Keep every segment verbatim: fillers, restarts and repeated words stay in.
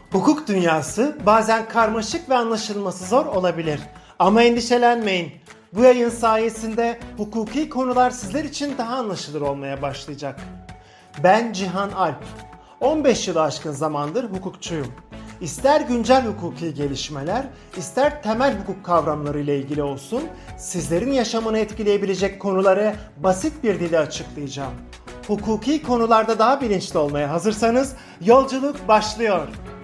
Hukuk dünyası bazen karmaşık ve anlaşılması zor olabilir. Ama endişelenmeyin. Bu yayın sayesinde hukuki konular sizler için daha anlaşılır olmaya başlayacak. Ben Cihan Alp. on beş yılı aşkın zamandır hukukçuyum. İster güncel hukuki gelişmeler, ister temel hukuk kavramları ile ilgili olsun, sizlerin yaşamını etkileyebilecek konuları basit bir dille açıklayacağım. Hukuki konularda daha bilinçli olmaya hazırsanız yolculuk başlıyor.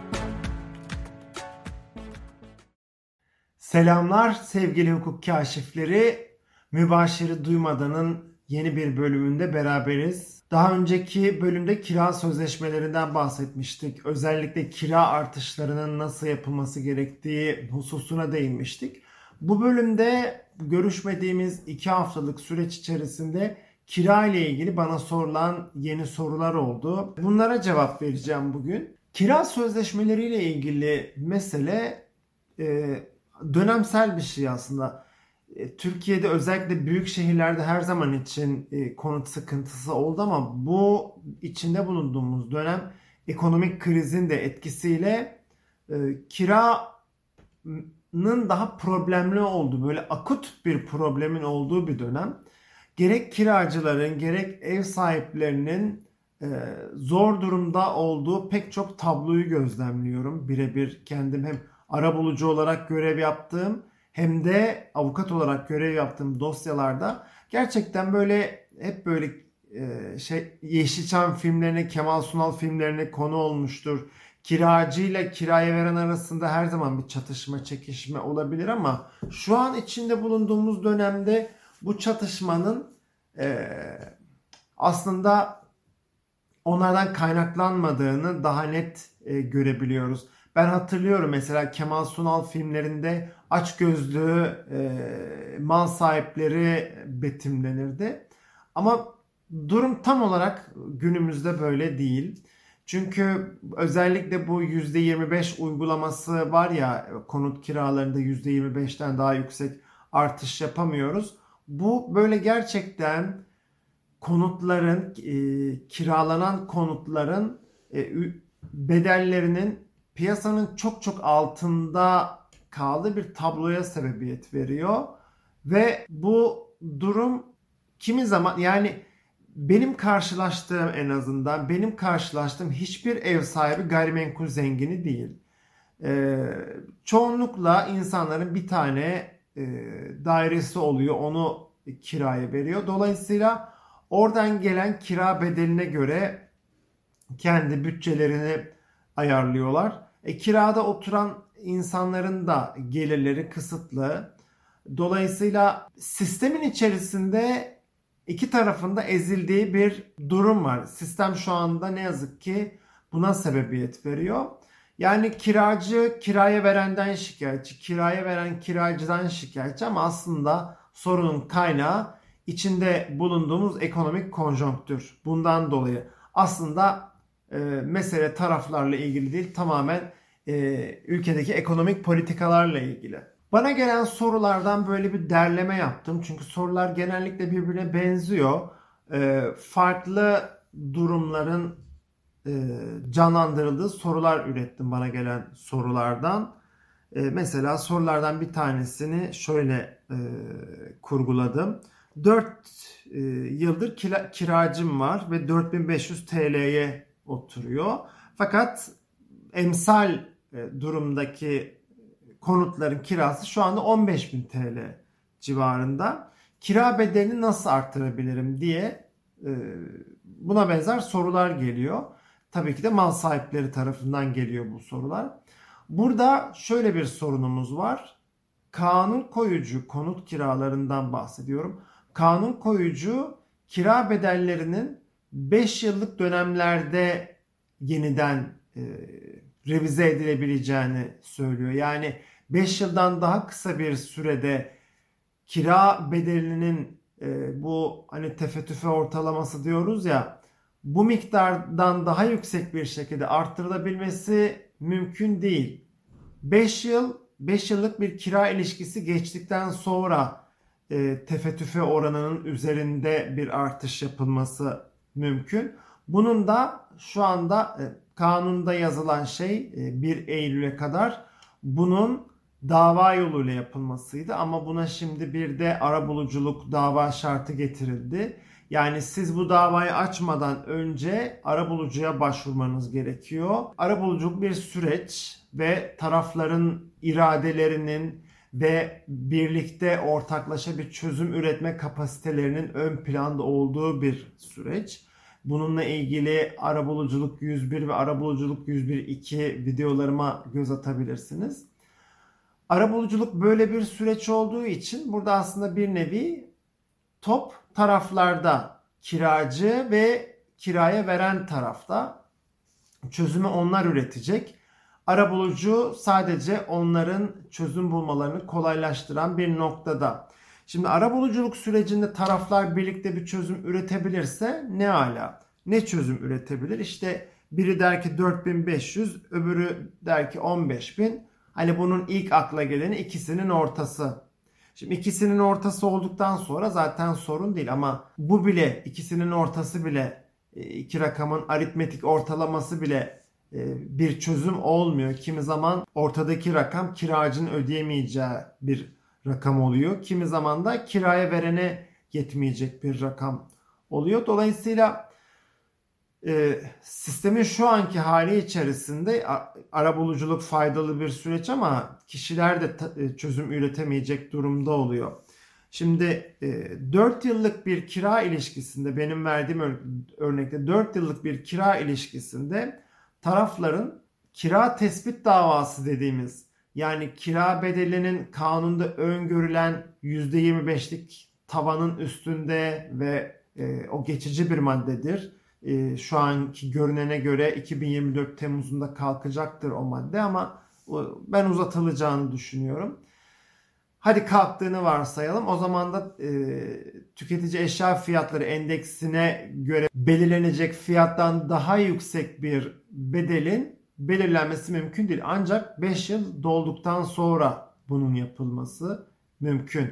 Selamlar sevgili hukuk kaşifleri. Mübaşiri Duymadan'ın yeni bir bölümünde beraberiz. Daha önceki bölümde kira sözleşmelerinden bahsetmiştik. Özellikle kira artışlarının nasıl yapılması gerektiği hususuna değinmiştik. Bu bölümde görüşmediğimiz iki haftalık süreç içerisinde kira ile ilgili bana sorulan yeni sorular oldu. Bunlara cevap vereceğim bugün. Kira sözleşmeleriyle ilgili mesele e, dönemsel bir şey aslında. Türkiye'de özellikle büyük şehirlerde her zaman için konut sıkıntısı oldu ama bu içinde bulunduğumuz dönem ekonomik krizin de etkisiyle kiranın daha problemli olduğu, böyle akut bir problemin olduğu bir dönem. Gerek kiracıların gerek ev sahiplerinin zor durumda olduğu pek çok tabloyu gözlemliyorum. Birebir kendim hem arabulucu olarak görev yaptığım hem de avukat olarak görev yaptığım dosyalarda gerçekten böyle hep böyle e, şey Yeşilçam filmlerine, Kemal Sunal filmlerine konu olmuştur. Kiracıyla kiraya veren arasında her zaman bir çatışma, çekişme olabilir ama şu an içinde bulunduğumuz dönemde bu çatışmanın e, aslında onlardan kaynaklanmadığını daha net e, görebiliyoruz. Ben hatırlıyorum mesela Kemal Sunal filmlerinde açgözlü e, mal sahipleri betimlenirdi. Ama durum tam olarak günümüzde böyle değil. Çünkü özellikle bu yüzde yirmi beş uygulaması var ya, konut kiralarında yüzde yirmi beşten daha yüksek artış yapamıyoruz. Bu böyle gerçekten konutların, e, kiralanan konutların e, bedellerinin piyasanın çok çok altında kaldığı bir tabloya sebebiyet veriyor. Ve bu durum kimi zaman, yani benim karşılaştığım, en azından benim karşılaştığım hiçbir ev sahibi gayrimenkul zengini değil. Ee, çoğunlukla insanların bir tane e, dairesi oluyor, onu kiraya veriyor. Dolayısıyla oradan gelen kira bedeline göre kendi bütçelerini ayarlıyorlar. E, kirada oturan insanların da gelirleri kısıtlı. Dolayısıyla sistemin içerisinde iki tarafında ezildiği bir durum var. Sistem şu anda ne yazık ki buna sebebiyet veriyor. Yani kiracı kiraya verenden şikayetçi, kiraya veren kiracıdan şikayetçi ama aslında sorunun kaynağı içinde bulunduğumuz ekonomik konjonktür. Bundan dolayı aslında e, mesele taraflarla ilgili değil, tamamen e, ülkedeki ekonomik politikalarla ilgili. Bana gelen sorulardan böyle bir derleme yaptım. Çünkü sorular genellikle birbirine benziyor. E, farklı durumların e, canlandırıldığı sorular ürettim bana gelen sorulardan. E, mesela sorulardan bir tanesini şöyle e, kurguladım. dört e, yıldır kira, kiracım var ve dört bin beş yüz T L'ye oturuyor. Fakat emsal e, durumdaki konutların kirası şu anda on beş bin T L civarında. Kira bedelini nasıl arttırabilirim diye e, buna benzer sorular geliyor. Tabii ki de mal sahipleri tarafından geliyor bu sorular. Burada şöyle bir sorunumuz var. Kanun koyucu konut kiralarından bahsediyorum. Kanun koyucu kira bedellerinin beş yıllık dönemlerde yeniden e, revize edilebileceğini söylüyor. Yani beş yıldan daha kısa bir sürede kira bedelinin e, bu hani tefe tüfe ortalaması diyoruz ya, bu miktardan daha yüksek bir şekilde arttırılabilmesi mümkün değil. beş yıl beş yıllık bir kira ilişkisi geçtikten sonra e, tefe tüfe oranının üzerinde bir artış yapılması mümkün. Bunun da şu anda e, kanunda yazılan şey bir Eylül'e kadar bunun dava yoluyla yapılmasıydı. Ama buna şimdi bir de arabuluculuk dava şartı getirildi. Yani siz bu davayı açmadan önce arabulucuya başvurmanız gerekiyor. Arabuluculuk bir süreç ve tarafların iradelerinin ve birlikte ortaklaşa bir çözüm üretme kapasitelerinin ön planda olduğu bir süreç. Bununla ilgili Arabuluculuk yüz bir ve Arabuluculuk yüz bir iki videolarıma göz atabilirsiniz. Arabuluculuk böyle bir süreç olduğu için burada aslında bir nevi top taraflarda, kiracı ve kiraya veren tarafta, çözümü onlar üretecek. Arabulucu sadece onların çözüm bulmalarını kolaylaştıran bir noktada. Şimdi arabuluculuk sürecinde taraflar birlikte bir çözüm üretebilirse ne ala. Ne çözüm üretebilir? İşte biri der ki dört bin beş yüz, öbürü der ki on beş bin. Hani bunun ilk akla geleni ikisinin ortası. Şimdi ikisinin ortası olduktan sonra zaten sorun değil, ama bu bile, ikisinin ortası bile, iki rakamın aritmetik ortalaması bile bir çözüm olmuyor. Kimi zaman ortadaki rakam kiracının ödeyemeyeceği bir rakam oluyor. Kimi zaman da kiraya verene yetmeyecek bir rakam oluyor. Dolayısıyla e, sistemin şu anki hali içerisinde arabuluculuk faydalı bir süreç, ama kişiler de ta, çözüm üretemeyecek durumda oluyor. Şimdi e, dört yıllık bir kira ilişkisinde, benim verdiğim örnekte dört yıllık bir kira ilişkisinde tarafların kira tespit davası dediğimiz, yani kira bedelinin kanunda öngörülen yüzde yirmi beşlik tavanın üstünde ve e, o geçici bir maddedir. E, şu anki görünene göre iki bin yirmi dört Temmuz'unda kalkacaktır o madde, ama ben uzatılacağını düşünüyorum. Hadi kalktığını varsayalım. O zaman da e, tüketici eşya fiyatları endeksine göre belirlenecek fiyattan daha yüksek bir bedelin belirlenmesi mümkün değil. Ancak beş yıl dolduktan sonra bunun yapılması mümkün.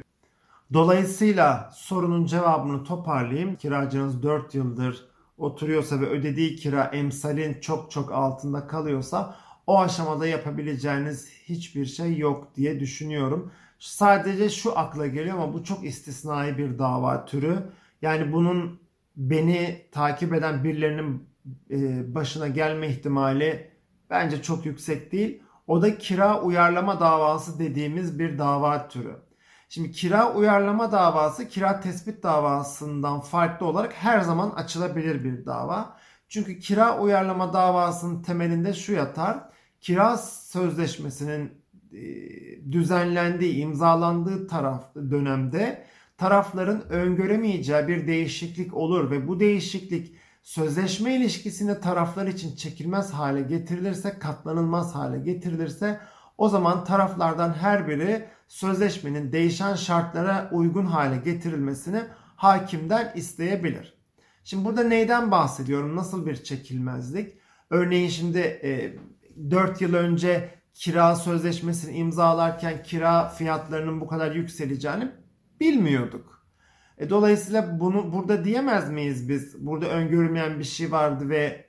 Dolayısıyla sorunun cevabını toparlayayım. Kiracınız dört yıldır oturuyorsa ve ödediği kira emsalin çok çok altında kalıyorsa, o aşamada yapabileceğiniz hiçbir şey yok diye düşünüyorum. Sadece şu akla geliyor, ama bu çok istisnai bir dava türü. Yani bunun beni takip eden birilerinin başına gelme ihtimali bence çok yüksek değil. O da kira uyarlama davası dediğimiz bir dava türü. Şimdi kira uyarlama davası kira tespit davasından farklı olarak her zaman açılabilir bir dava. Çünkü kira uyarlama davasının temelinde şu yatar: kira sözleşmesinin düzenlendiği, imzalandığı taraf dönemde tarafların öngöremeyeceği bir değişiklik olur ve bu değişiklik sözleşme ilişkisini taraflar için çekilmez hale getirilirse, katlanılmaz hale getirilirse, o zaman taraflardan her biri sözleşmenin değişen şartlara uygun hale getirilmesini hakimden isteyebilir. Şimdi burada neyden bahsediyorum? Nasıl bir çekilmezlik? Örneğin şimdi e, dört yıl önce kira sözleşmesini imzalarken kira fiyatlarının bu kadar yükseleceğini bilmiyorduk. E, dolayısıyla bunu burada diyemez miyiz biz? Burada öngörülmeyen bir şey vardı ve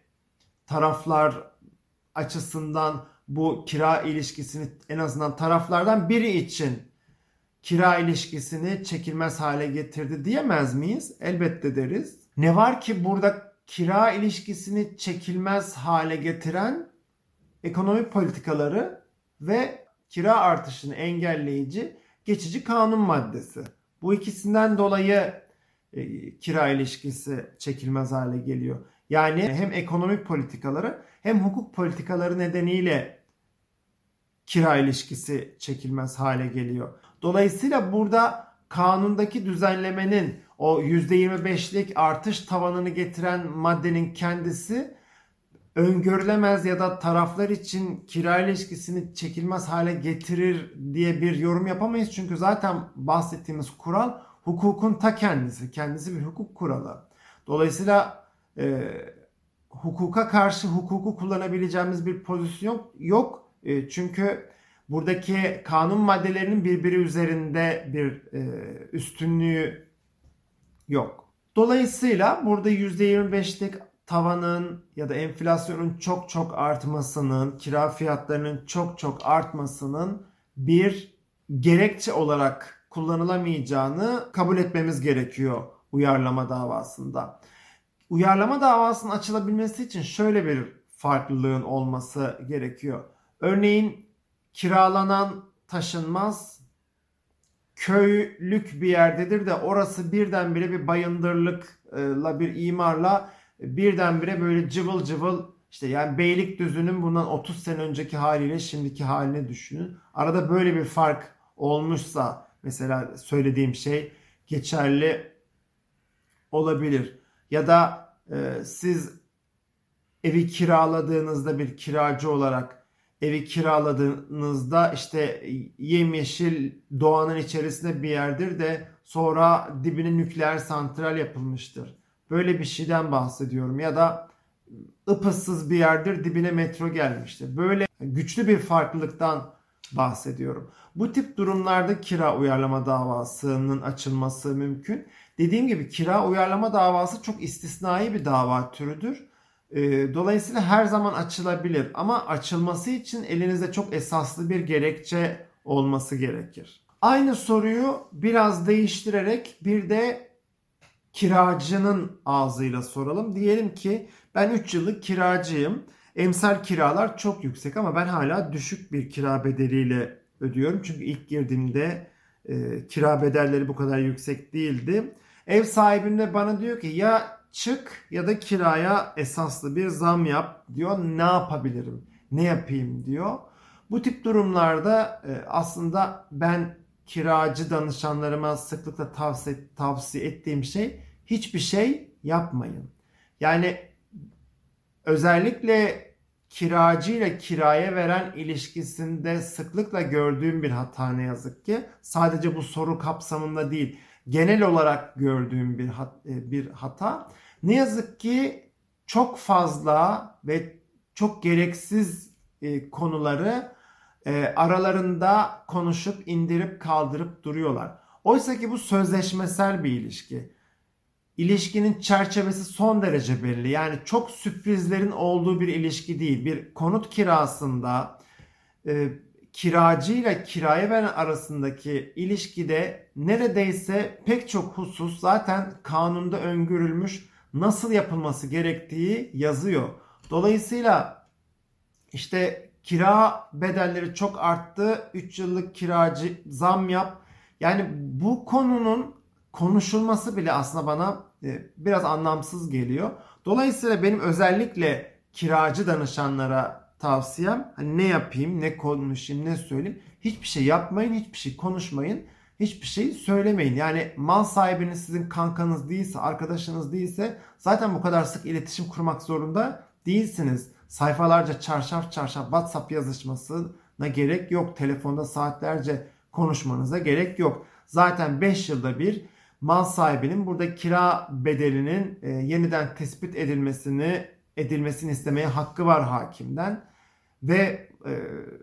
taraflar açısından bu kira ilişkisini, en azından taraflardan biri için kira ilişkisini çekilmez hale getirdi diyemez miyiz? Elbette deriz. Ne var ki burada kira ilişkisini çekilmez hale getiren ekonomik politikaları ve kira artışını engelleyici geçici kanun maddesi. Bu ikisinden dolayı e, kira ilişkisi çekilmez hale geliyor. Yani hem ekonomik politikaları hem hukuk politikaları nedeniyle kira ilişkisi çekilmez hale geliyor. Dolayısıyla burada kanundaki düzenlemenin o yüzde yirmi beşlik artış tavanını getiren maddenin kendisi öngörülemez ya da taraflar için kira ilişkisini çekilmez hale getirir diye bir yorum yapamayız. Çünkü zaten bahsettiğimiz kural hukukun ta kendisi. Kendisi bir hukuk kuralı. Dolayısıyla e, hukuka karşı hukuku kullanabileceğimiz bir pozisyon yok. E, çünkü buradaki kanun maddelerinin birbiri üzerinde bir e, üstünlüğü yok. Dolayısıyla burada yüzde yirmi beşlik tavanın ya da enflasyonun çok çok artmasının, kira fiyatlarının çok çok artmasının bir gerekçe olarak kullanılamayacağını kabul etmemiz gerekiyor uyarlama davasında. Uyarlama davasının açılabilmesi için şöyle bir farklılığın olması gerekiyor. Örneğin kiralanan taşınmaz köylük bir yerdedir de orası birdenbire bir bayındırlıkla, bir imarla birdenbire böyle cıvıl cıvıl, işte yani Beylikdüzü'nün bundan otuz sene önceki haliyle şimdiki halini düşünün. Arada böyle bir fark olmuşsa mesela söylediğim şey geçerli olabilir. Ya da e, siz evi kiraladığınızda bir kiracı olarak evi kiraladığınızda işte yemyeşil doğanın içerisinde bir yerdir de sonra dibine nükleer santral yapılmıştır. Böyle bir şeyden bahsediyorum. Ya da ıpıssız bir yerdir, dibine metro gelmiştir. Böyle güçlü bir farklılıktan bahsediyorum. Bu tip durumlarda kira uyarlama davasının açılması mümkün. Dediğim gibi kira uyarlama davası çok istisnai bir dava türüdür. Dolayısıyla her zaman açılabilir ama açılması için elinizde çok esaslı bir gerekçe olması gerekir. Aynı soruyu biraz değiştirerek bir de kiracının ağzıyla soralım. Diyelim ki ben üç yıllık kiracıyım. Emsal kiralar çok yüksek ama ben hala düşük bir kira bedeliyle ödüyorum. Çünkü ilk girdiğimde e, kira bedelleri bu kadar yüksek değildi. Ev sahibim de bana diyor ki ya çık ya da kiraya esaslı bir zam yap diyor. Ne yapabilirim? Ne yapayım diyor. Bu tip durumlarda e, aslında ben kiracı danışanlarıma sıklıkla tavsiye, tavsiye ettiğim şey hiçbir şey yapmayın. Yani özellikle kiracı ile kiraya veren ilişkisinde sıklıkla gördüğüm bir hata ne yazık ki. Sadece bu soru kapsamında değil, genel olarak gördüğüm bir bir hata. Ne yazık ki çok fazla ve çok gereksiz konuları aralarında konuşup indirip kaldırıp duruyorlar. Oysa ki bu sözleşmesel bir ilişki. İlişkinin çerçevesi son derece belli. Yani çok sürprizlerin olduğu bir ilişki değil. Bir konut kirasında e, kiracı ile kiraya veren arasındaki ilişkide neredeyse pek çok husus zaten kanunda öngörülmüş, nasıl yapılması gerektiği yazıyor. Dolayısıyla işte kira bedelleri çok arttı, üç yıllık kiracı zam yap. Yani bu konunun konuşulması bile aslında bana biraz anlamsız geliyor. Dolayısıyla benim özellikle kiracı danışanlara tavsiyem, hani ne yapayım, ne konuşayım, ne söyleyeyim. Hiçbir şey yapmayın, hiçbir şey konuşmayın, hiçbir şey söylemeyin. Yani mal sahibiniz sizin kankanız değilse, arkadaşınız değilse zaten bu kadar sık iletişim kurmak zorunda değilsiniz. Sayfalarca çarşaf çarşaf WhatsApp yazışmasına gerek yok. Telefonda saatlerce konuşmanıza gerek yok. Zaten beş yılda bir mal sahibinin burada kira bedelinin e, yeniden tespit edilmesini edilmesini istemeye hakkı var hakimden ve e,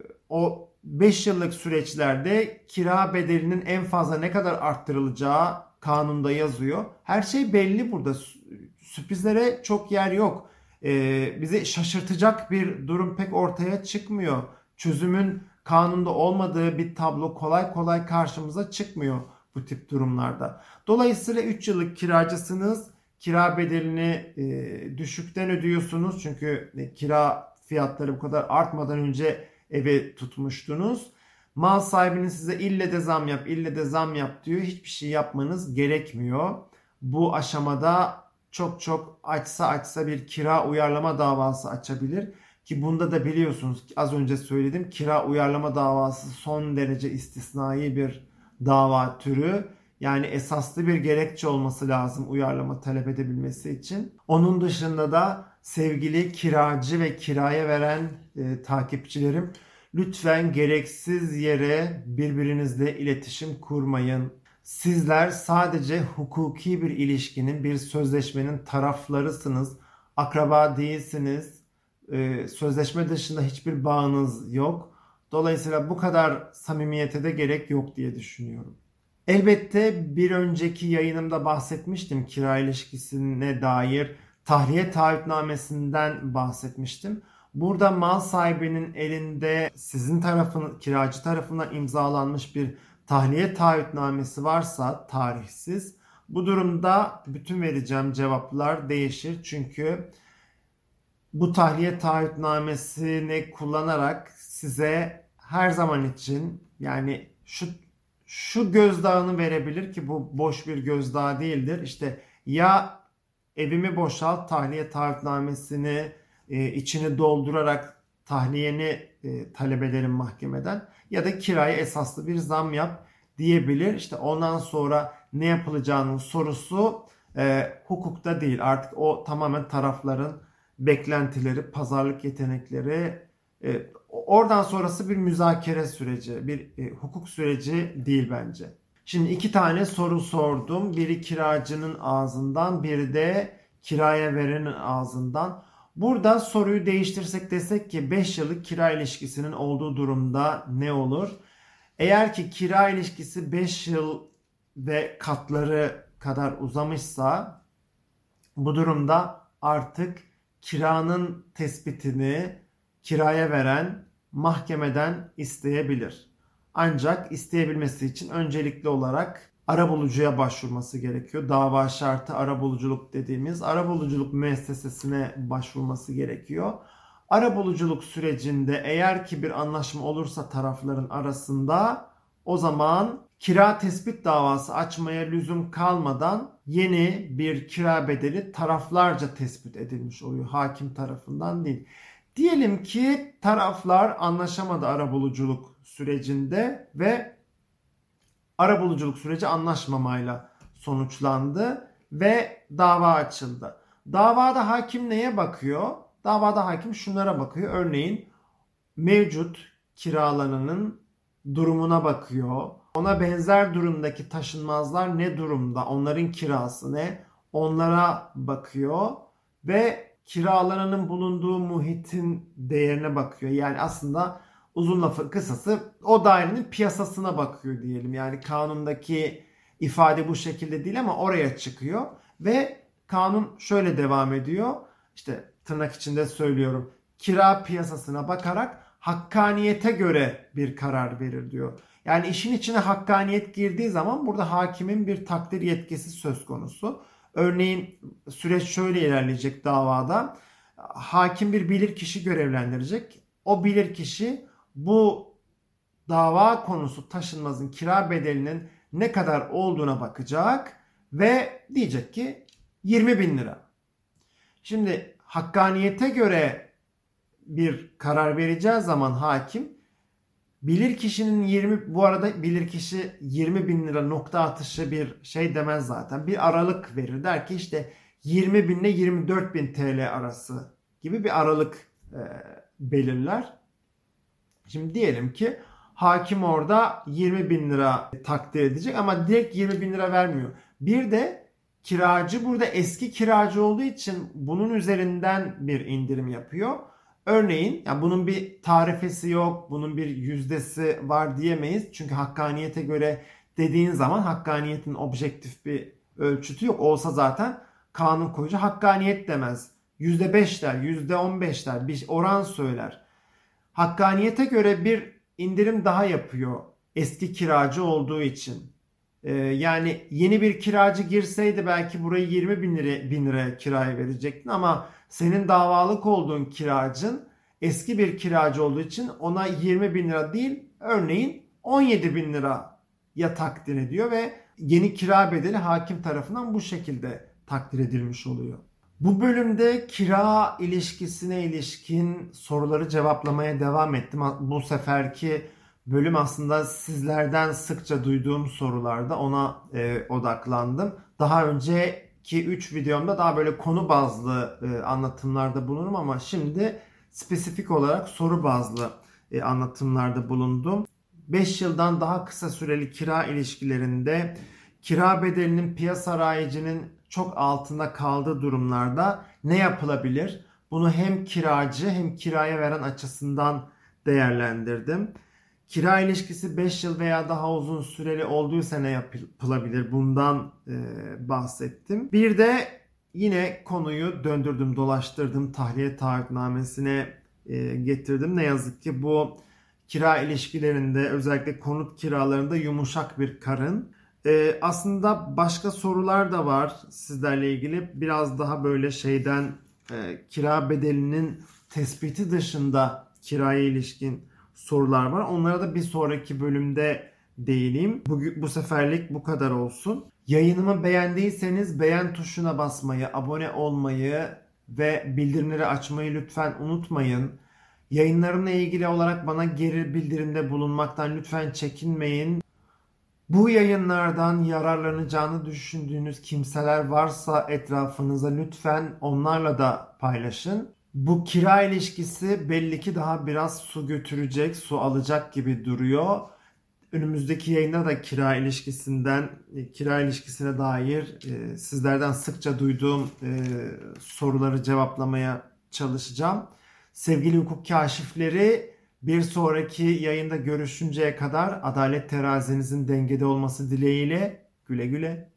o beş yıllık süreçlerde kira bedelinin en fazla ne kadar arttırılacağı kanunda yazıyor. Her şey belli burada. Sürprizlere çok yer yok. E, bizi şaşırtacak bir durum pek ortaya çıkmıyor. Çözümün kanunda olmadığı bir tablo kolay kolay karşımıza çıkmıyor bu tip durumlarda. Dolayısıyla üç yıllık kiracısınız. Kira bedelini e, düşükten ödüyorsunuz. Çünkü e, kira fiyatları bu kadar artmadan önce evi tutmuştunuz. Mal sahibiniz size ille de zam yap, ille de zam yap diyor. Hiçbir şey yapmanız gerekmiyor. Bu aşamada çok çok açsa açsa bir kira uyarlama davası açabilir. Ki bunda da biliyorsunuz az önce söyledim, kira uyarlama davası son derece istisnai bir dava türü. Yani esaslı bir gerekçe olması lazım uyarlama talep edebilmesi için. Onun dışında da sevgili kiracı ve kiraya veren e, takipçilerim, lütfen gereksiz yere birbirinizle iletişim kurmayın. Sizler sadece hukuki bir ilişkinin, bir sözleşmenin taraflarısınız. Akraba değilsiniz. E, sözleşme dışında hiçbir bağınız yok. Dolayısıyla bu kadar samimiyete de gerek yok diye düşünüyorum. Elbette bir önceki yayınımda bahsetmiştim kira ilişkisine dair tahliye taahhütnamesinden bahsetmiştim. Burada mal sahibinin elinde sizin tarafın, kiracı tarafından imzalanmış bir tahliye taahhütnamesi varsa tarihsiz, bu durumda bütün vereceğim cevaplar değişir. Çünkü bu tahliye taahhütnamesini kullanarak size her zaman için, yani şu şu gözdağını verebilir ki bu boş bir gözdağı değildir. İşte ya evimi boşalt, tahliye taahhütnamesini e, içini doldurarak tahliyeni e, talep ederim mahkemeden, ya da kiraya esaslı bir zam yap diyebilir. İşte ondan sonra ne yapılacağının sorusu e, hukukta değil. Artık o tamamen tarafların beklentileri, pazarlık yetenekleri. E, oradan sonrası bir müzakere süreci, bir e, hukuk süreci değil bence. Şimdi iki tane soru sordum. Biri kiracının ağzından, biri de kiraya verenin ağzından. Burada soruyu değiştirsek, desek ki beş yıllık kira ilişkisinin olduğu durumda ne olur? Eğer ki kira ilişkisi beş yıl ve katları kadar uzamışsa, bu durumda artık kiranın tespitini kiraya veren mahkemeden isteyebilir. Ancak isteyebilmesi için öncelikli olarak arabulucuya başvurması gerekiyor. Dava şartı arabuluculuk dediğimiz arabuluculuk müessesesine başvurması gerekiyor. Arabuluculuk sürecinde eğer ki bir anlaşma olursa tarafların arasında, o zaman kira tespit davası açmaya lüzum kalmadan yeni bir kira bedeli taraflarca tespit edilmiş oluyor. Hakim tarafından değil. Diyelim ki taraflar anlaşamadı arabuluculuk sürecinde ve arabuluculuk süreci anlaşmamayla sonuçlandı ve dava açıldı. Davada hakim neye bakıyor? Davada hakim şunlara bakıyor. Örneğin mevcut kiralananın durumuna bakıyor. Ona benzer durumdaki taşınmazlar ne durumda? Onların kirası ne? Onlara bakıyor ve kiralananın bulunduğu muhitin değerine bakıyor. Yani aslında uzun lafı kısası o dairenin piyasasına bakıyor diyelim. Yani kanundaki ifade bu şekilde değil ama oraya çıkıyor ve kanun şöyle devam ediyor. İşte tırnak içinde söylüyorum. Kira piyasasına bakarak hakkaniyete göre bir karar verir diyor. Yani işin içine hakkaniyet girdiği zaman burada hakimin bir takdir yetkisi söz konusu. Örneğin süreç şöyle ilerleyecek davada. Hakim bir bilirkişi görevlendirecek. O bilirkişi bu dava konusu taşınmazın kira bedelinin ne kadar olduğuna bakacak ve diyecek ki yirmi bin lira. Şimdi hakkaniyete göre bir karar vereceği zaman hakim, bilirkişinin yirmi, bu arada bilirkişi yirmi bin lira nokta atışı bir şey demez zaten. Bir aralık verir. Der ki işte yirmi bin ile yirmi dört bin T L arası gibi bir aralık e, belirler. Şimdi diyelim ki hakim orada yirmi bin lira takdir edecek ama direkt yirmi bin lira vermiyor. Bir de kiracı burada eski kiracı olduğu için bunun üzerinden bir indirim yapıyor. Örneğin yani bunun bir tarifesi yok, bunun bir yüzdesi var diyemeyiz. Çünkü hakkaniyete göre dediğin zaman hakkaniyetin objektif bir ölçütü yok. Olsa zaten kanun koyucu hakkaniyet demez. yüzde beş der, yüzde on beş der, bir oran söyler. Hakkaniyete göre bir indirim daha yapıyor eski kiracı olduğu için. Ee, yani yeni bir kiracı girseydi belki burayı yirmi bin lira, bin liraya kiraya verecektin ama senin davalık olduğun kiracın eski bir kiracı olduğu için ona yirmi bin lira değil, örneğin on yedi bin liraya takdir ediyor ve yeni kira bedeli hakim tarafından bu şekilde takdir edilmiş oluyor. Bu bölümde kira ilişkisine ilişkin soruları cevaplamaya devam ettim. Bu seferki bölüm aslında sizlerden sıkça duyduğum sorularda, ona e, odaklandım. Daha önceki üç videomda daha böyle konu bazlı e, anlatımlarda bulunurum ama şimdi spesifik olarak soru bazlı e, anlatımlarda bulundum. beş yıldan daha kısa süreli kira ilişkilerinde kira bedelinin piyasa rayicinin çok altında kaldığı durumlarda ne yapılabilir? Bunu hem kiracı hem kiraya veren açısından değerlendirdim. Kira ilişkisi beş yıl veya daha uzun süreli olduysa ne yapılabilir? Bundan e, bahsettim. Bir de yine konuyu döndürdüm, dolaştırdım, tahliye taahhütnamesine e, getirdim. Ne yazık ki bu kira ilişkilerinde, özellikle konut kiralarında yumuşak bir karın. E, aslında başka sorular da var sizlerle ilgili. Biraz daha böyle şeyden e, kira bedelinin tespiti dışında kiraya ilişkin sorular var. Onlara da bir sonraki bölümde değineyim. Bu, bu seferlik bu kadar olsun. Yayınımı beğendiyseniz beğen tuşuna basmayı, abone olmayı ve bildirimleri açmayı lütfen unutmayın. Yayınlarımla ilgili olarak bana geri bildirimde bulunmaktan lütfen çekinmeyin. Bu yayınlardan yararlanacağını düşündüğünüz kimseler varsa etrafınıza lütfen onlarla da paylaşın. Bu kira ilişkisi belli ki daha biraz su götürecek, su alacak gibi duruyor. Önümüzdeki yayında da kira ilişkisinden, kira ilişkisine dair e, sizlerden sıkça duyduğum e, soruları cevaplamaya çalışacağım. Sevgili hukuk kaşifleri, bir sonraki yayında görüşünceye kadar adalet terazinizin dengede olması dileğiyle güle güle.